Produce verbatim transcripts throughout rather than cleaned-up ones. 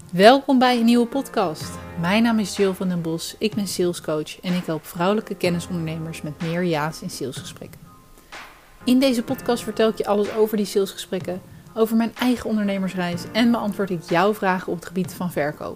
Welkom bij een nieuwe podcast. Mijn naam is Jill van den Bos, ik ben salescoach en ik help vrouwelijke kennisondernemers met meer ja's in salesgesprekken. In deze podcast vertel ik je alles over die salesgesprekken, over mijn eigen ondernemersreis en beantwoord ik jouw vragen op het gebied van verkoop.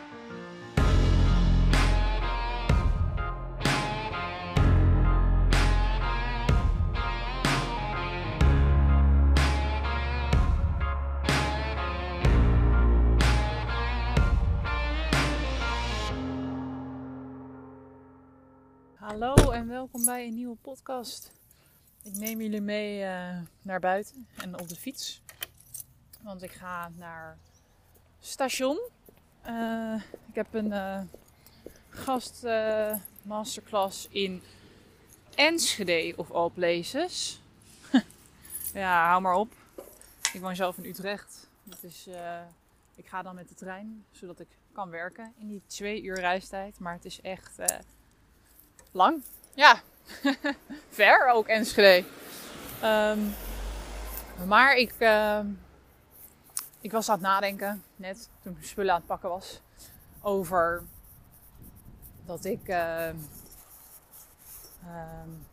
Hallo en welkom bij een nieuwe podcast. Ik neem jullie mee uh, naar buiten en op de fiets. Want ik ga naar station. Uh, ik heb een uh, gast uh, masterclass in Enschede of all places. Ja, hou maar op. Ik woon zelf in Utrecht. Dus uh, ik ga dan met de trein, zodat ik kan werken in die twee uur reistijd. Maar het is echt... Uh, Lang? Ja. Ver ook, Enschede. Um, maar ik, uh, ik was aan het nadenken, net toen ik spullen aan het pakken was, over dat ik uh, uh,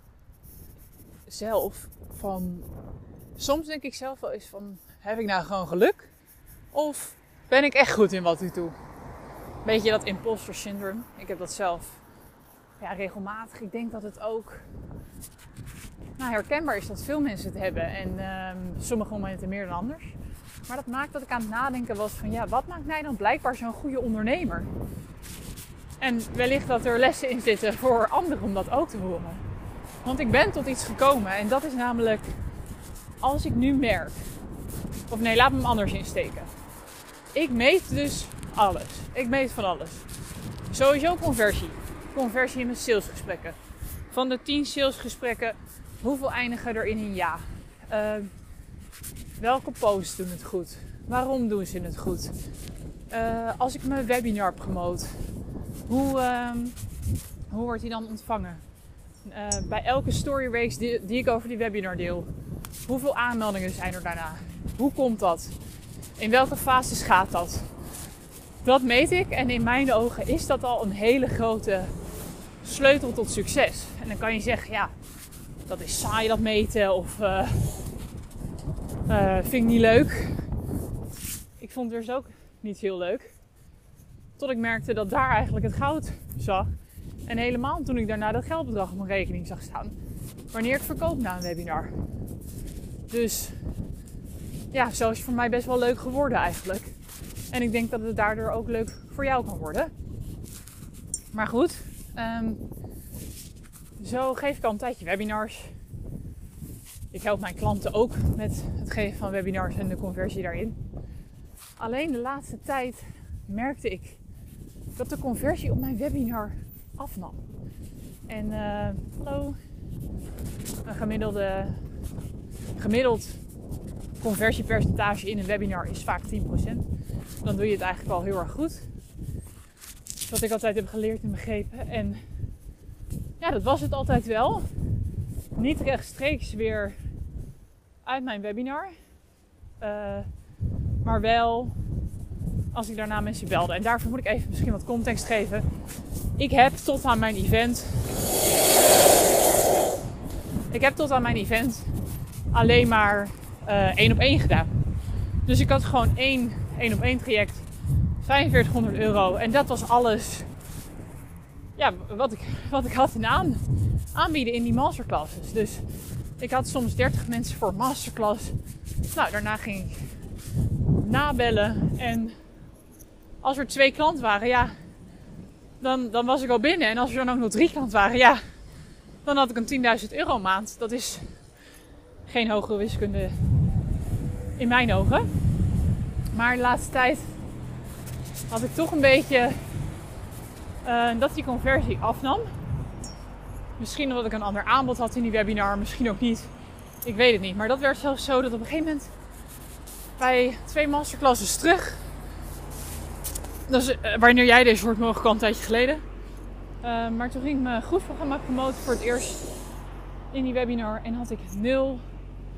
zelf van... Soms denk ik zelf wel eens van, heb ik nou gewoon geluk? Of ben ik echt goed in wat ik doe? Beetje dat imposter syndrome. Ik heb dat zelf... Ja, regelmatig. Ik denk dat het ook nou, herkenbaar is dat veel mensen het hebben. En um, sommige momenten meer dan anders. Maar dat maakt dat ik aan het nadenken was van... Ja, wat maakt mij dan blijkbaar zo'n goede ondernemer? En wellicht dat er lessen in zitten voor anderen om dat ook te horen. Want ik ben tot iets gekomen. En dat is namelijk... Als ik nu merk... Of nee, laat me hem anders insteken. Ik meet dus alles. Ik meet van alles. Sowieso conversie. Conversie in mijn salesgesprekken. Van de tien salesgesprekken, hoeveel eindigen er in een ja? Uh, welke posts doen het goed? Waarom doen ze het goed? Uh, als ik mijn webinar promote, hoe, uh, hoe wordt die dan ontvangen? Uh, bij elke story race die, die ik over die webinar deel, hoeveel aanmeldingen zijn er daarna? Hoe komt dat? In welke fases gaat dat? Dat meet ik en in mijn ogen is dat al een hele grote sleutel tot succes. En dan kan je zeggen, ja, dat is saai dat meten of uh, uh, vind ik niet leuk. Ik vond het dus ook niet heel leuk. Tot ik merkte dat daar eigenlijk het goud zag. En helemaal toen ik daarna dat geldbedrag op mijn rekening zag staan. Wanneer ik verkoop na een webinar. Dus ja, zo is het voor mij best wel leuk geworden eigenlijk. En ik denk dat het daardoor ook leuk voor jou kan worden. Maar goed, um, zo geef ik al een tijdje webinars. Ik help mijn klanten ook met het geven van webinars en de conversie daarin. Alleen de laatste tijd merkte ik dat de conversie op mijn webinar afnam. En uh, hallo, een gemiddelde, gemiddeld conversiepercentage in een webinar is vaak tien procent. Dan doe je het eigenlijk al heel erg goed. Wat ik altijd heb geleerd en begrepen. En ja, dat was het altijd wel. Niet rechtstreeks weer uit mijn webinar. Uh, maar wel als ik daarna mensen belde. En daarvoor moet ik even misschien wat context geven. Ik heb tot aan mijn event... Ik heb tot aan mijn event alleen maar uh, één op één gedaan. Dus ik had gewoon één één op één traject. vijfenveertighonderd euro. En dat was alles ja, wat, ik, wat ik had in aan, aanbieden in die masterclasses. Dus ik had soms dertig mensen voor masterclass. Nou, daarna ging ik nabellen. En als er twee klanten waren, ja, dan, dan was ik al binnen. En als er dan ook nog drie klanten waren, ja, dan had ik een tienduizend euro maand. Dat is geen hogere wiskunde in mijn ogen. Maar de laatste tijd had ik toch een beetje uh, dat die conversie afnam. Misschien omdat ik een ander aanbod had in die webinar, misschien ook niet. Ik weet het niet. Maar dat werd zelfs zo dat op een gegeven moment bij twee masterclasses terug. Dat is, uh, wanneer jij deze hoort, mogelijk al een tijdje geleden. Uh, maar toen ging ik mijn groepsprogramma promoten voor het eerst in die webinar. En had ik nul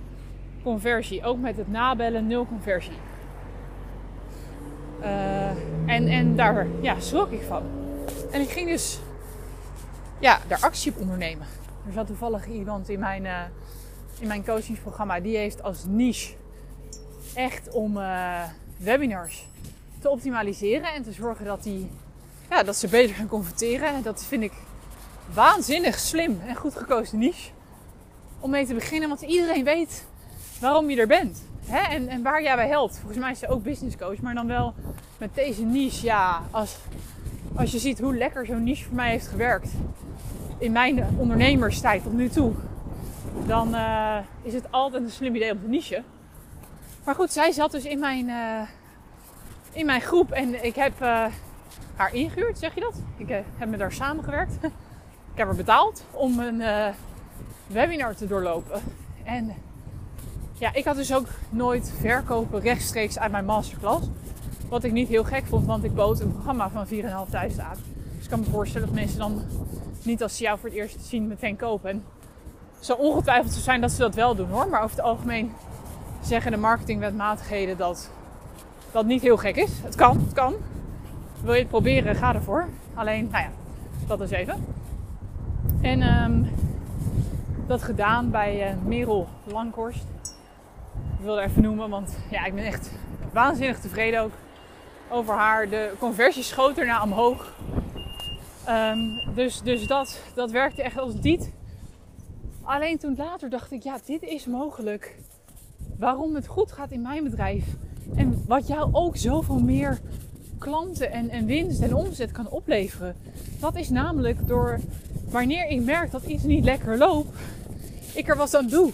conversie. Ook met het nabellen nul conversie. Uh, En, en daar ja, schrok ik van. En ik ging dus ja, daar actie op ondernemen. Er zat toevallig iemand in mijn, uh, in mijn coachingsprogramma. Die heeft als niche echt om uh, webinars te optimaliseren. En te zorgen dat, die, ja, dat ze beter gaan converteren. Dat vind ik waanzinnig slim en goed gekozen niche. Om mee te beginnen. Want iedereen weet waarom je er bent. Hè? En, en waar jij bij helpt. Volgens mij is ze ook business coach. Maar dan wel met deze niche. Ja, als, als je ziet hoe lekker zo'n niche voor mij heeft gewerkt. In mijn ondernemerstijd tot nu toe. Dan uh, is het altijd een slim idee om te nichen. Maar goed, zij zat dus in mijn, uh, in mijn groep. En ik heb uh, haar ingehuurd, zeg je dat? Ik uh, heb met haar samengewerkt. Ik heb haar betaald om een uh, webinar te doorlopen. En ja, ik had dus ook nooit verkopen rechtstreeks uit mijn masterclass. Wat ik niet heel gek vond, want ik bood een programma van vier duizend vijfhonderd aan. Dus ik kan me voorstellen dat mensen dan niet als ze jou voor het eerst zien meteen kopen. En het zal ongetwijfeld zo zijn dat ze dat wel doen hoor. Maar over het algemeen zeggen de marketingwetmatigheden dat dat niet heel gek is. Het kan, het kan. Wil je het proberen, ga ervoor. Alleen, nou ja, dat is even. En um, dat gedaan bij uh, Merel Langhorst. Ik wil er even noemen, want ja, ik ben echt waanzinnig tevreden ook over haar. De conversie schoot erna omhoog. Um, dus dus dat, dat werkte echt als diet. Alleen toen later dacht ik, ja, dit is mogelijk. Waarom het goed gaat in mijn bedrijf. En wat jou ook zoveel meer klanten en, en winst en omzet kan opleveren. Dat is namelijk door wanneer ik merk dat iets niet lekker loopt, ik er wat aan doe.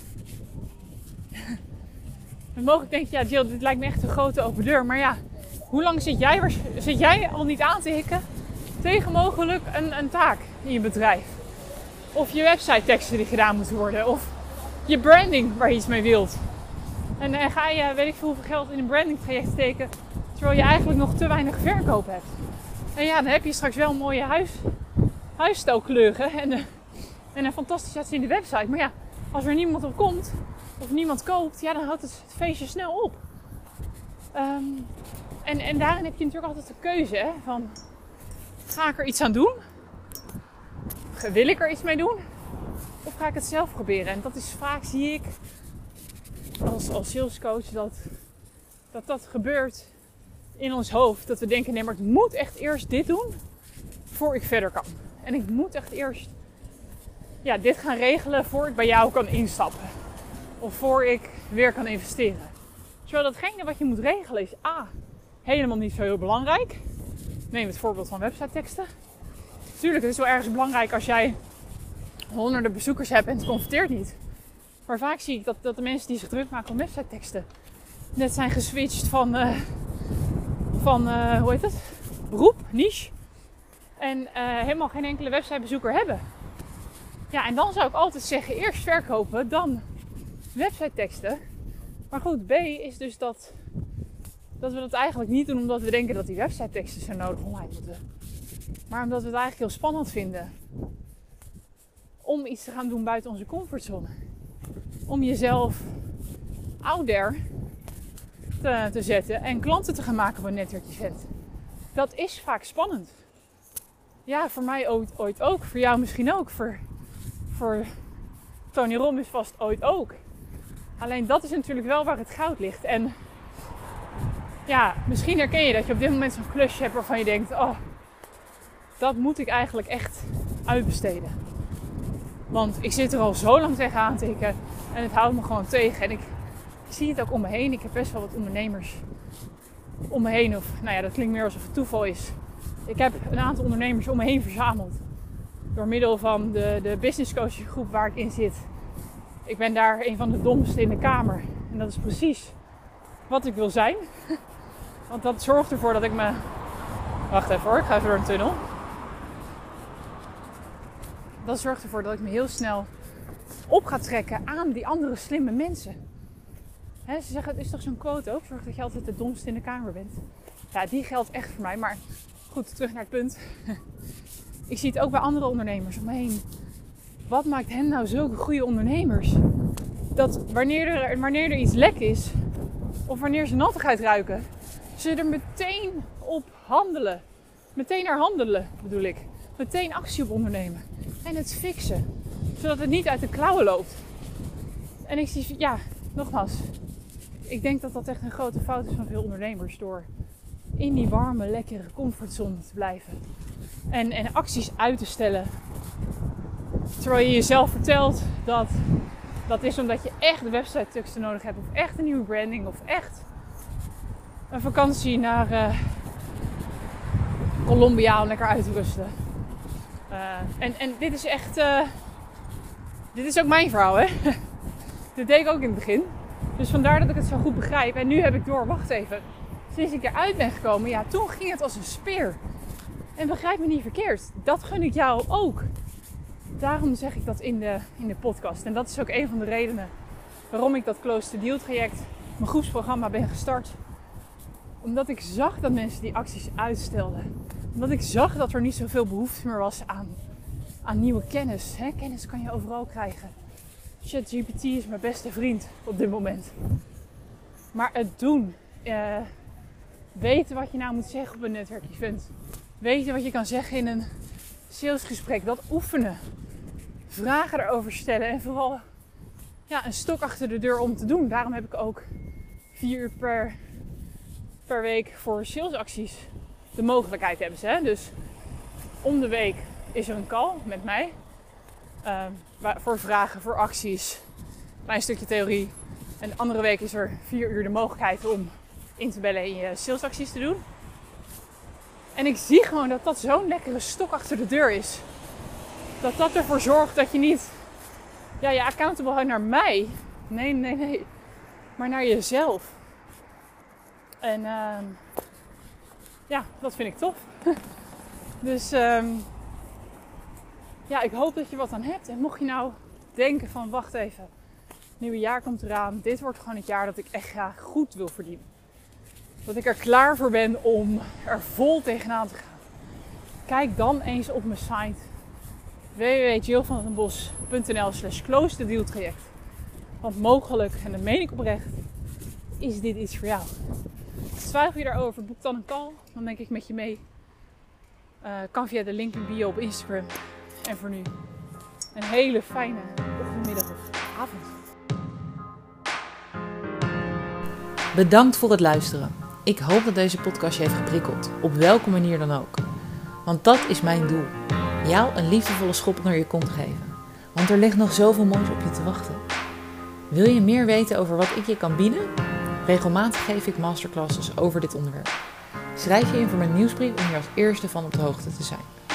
En mogelijk denk je, ja Jill, dit lijkt me echt een grote open deur. Maar ja, hoe lang zit jij, zit jij al niet aan te hikken tegen mogelijk een, een taak in je bedrijf? Of je website teksten die gedaan moeten worden. Of je branding waar je iets mee wilt. En, en ga je, weet ik veel hoeveel geld in een branding traject steken. Terwijl je eigenlijk nog te weinig verkoop hebt. En ja, dan heb je straks wel een mooie huis, huisstijlkleuren. En, uh, en een fantastisch uitziende website. Maar ja, als er niemand op komt. Of niemand koopt. Ja, dan houdt het, het feestje snel op. Um, en, en daarin heb je natuurlijk altijd de keuze. Hè, van, ga ik er iets aan doen? Wil ik er iets mee doen? Of ga ik het zelf proberen? En dat is vaak, zie ik, als, als salescoach, dat, dat dat gebeurt in ons hoofd. Dat we denken, nee, maar ik moet echt eerst dit doen, voor ik verder kan. En ik moet echt eerst ja, dit gaan regelen, voor ik bij jou kan instappen. Of voor ik weer kan investeren. Terwijl datgene wat je moet regelen is A, helemaal niet zo heel belangrijk. Neem het voorbeeld van website teksten. Tuurlijk, het is wel ergens belangrijk als jij honderden bezoekers hebt en het converteert niet. Maar vaak zie ik dat, dat de mensen die zich druk maken om website teksten net zijn geswitcht van, uh, van uh, hoe heet het? Beroep, niche. En uh, helemaal geen enkele websitebezoeker hebben. Ja, en dan zou ik altijd zeggen, eerst verkopen, dan website teksten. Maar goed, B is dus dat, dat we dat eigenlijk niet doen omdat we denken dat die website teksten zo nodig online moeten. Maar omdat we het eigenlijk heel spannend vinden om iets te gaan doen buiten onze comfortzone. Om jezelf out there te, te zetten en klanten te gaan maken voor een netwerkevent. Dat is vaak spannend. Ja, voor mij ooit, ooit ook. Voor jou misschien ook. Voor, voor Tony Robbins vast ooit ook. Alleen dat is natuurlijk wel waar het goud ligt. En ja, misschien herken je dat je op dit moment zo'n klusje hebt waarvan je denkt, oh, dat moet ik eigenlijk echt uitbesteden. Want ik zit er al zo lang tegenaan te hikken en het houdt me gewoon tegen. En ik, ik zie het ook om me heen. Ik heb best wel wat ondernemers om me heen. Of nou ja, dat klinkt meer alsof het toeval is. Ik heb een aantal ondernemers om me heen verzameld. Door middel van de, de business coaching groep waar ik in zit. Ik ben daar een van de domste in de kamer. En dat is precies wat ik wil zijn. Want dat zorgt ervoor dat ik me... Wacht even hoor, ik ga even door een tunnel. Dat zorgt ervoor dat ik me heel snel op ga trekken aan die andere slimme mensen. He, ze zeggen, het is toch zo'n quote ook? Zorg dat je altijd de domste in de kamer bent. Ja, die geldt echt voor mij. Maar goed, terug naar het punt. Ik zie het ook bij andere ondernemers om me heen. Wat maakt hen nou zulke goede ondernemers? Dat wanneer er, wanneer er iets lek is, of wanneer ze nattigheid ruiken, ze ze er meteen op handelen. Meteen naar handelen bedoel ik. Meteen actie op ondernemen. En het fixen. Zodat het niet uit de klauwen loopt. En ik zie, ja, nogmaals. Ik denk dat dat echt een grote fout is van veel ondernemers. Door in die warme, lekkere comfortzone te blijven. En, en acties uit te stellen. Terwijl je jezelf vertelt dat dat is omdat je echt de website teksten nodig hebt. Of echt een nieuwe branding. Of echt een vakantie naar uh, Colombia om lekker uit te rusten. Uh, en, en dit is echt... Uh, dit is ook mijn verhaal, hè. Dit deed ik ook in het begin. Dus vandaar dat ik het zo goed begrijp. En nu heb ik door, wacht even. Sinds ik eruit ben gekomen, ja, toen ging het als een speer. En begrijp me niet verkeerd. Dat gun ik jou ook. Daarom zeg ik dat in de, in de podcast. En dat is ook een van de redenen waarom ik dat Close to Deal traject, mijn groepsprogramma, ben gestart. Omdat ik zag dat mensen die acties uitstelden. Omdat ik zag dat er niet zoveel behoefte meer was aan, aan nieuwe kennis. Hè? Kennis kan je overal krijgen. ChatGPT is mijn beste vriend op dit moment. Maar het doen. Uh, weten wat je nou moet zeggen op een netwerkevent. Weten wat je kan zeggen in een salesgesprek. Dat oefenen. Vragen erover stellen. En vooral ja, een stok achter de deur om te doen. Daarom heb ik ook vier uur per, per week voor salesacties de mogelijkheid hebben ze. Hè? Dus om de week is er een call met mij. Uh, voor vragen, voor acties. Klein stukje theorie. En de andere week is er vier uur de mogelijkheid om in te bellen en je salesacties te doen. En ik zie gewoon dat dat zo'n lekkere stok achter de deur is. Dat dat ervoor zorgt dat je niet ja, je accountable houdt naar mij. Nee, nee, nee. Maar naar jezelf. En uh, ja, dat vind ik tof. Dus um, ja, ik hoop dat je wat aan hebt. En mocht je nou denken van wacht even. Het nieuwe jaar komt eraan. Dit wordt gewoon het jaar dat ik echt graag goed wil verdienen. Dat ik er klaar voor ben om er vol tegenaan te gaan. Kijk dan eens op mijn site w w w punt jill van den bos punt n l slash close the deal traject. Want mogelijk, en dat meen ik oprecht, is dit iets voor jou. Twijfel je daarover, boek dan een call. Dan denk ik met je mee. Uh, kan via de link in bio op Instagram. En voor nu een hele fijne ochtendmiddag of avond. Bedankt voor het luisteren. Ik hoop dat deze podcast je heeft geprikkeld, op welke manier dan ook. Want dat is mijn doel. Jou een liefdevolle schop naar je kont geven. Want er ligt nog zoveel moois op je te wachten. Wil je meer weten over wat ik je kan bieden? Regelmatig geef ik masterclasses over dit onderwerp. Schrijf je in voor mijn nieuwsbrief om hier als eerste van op de hoogte te zijn.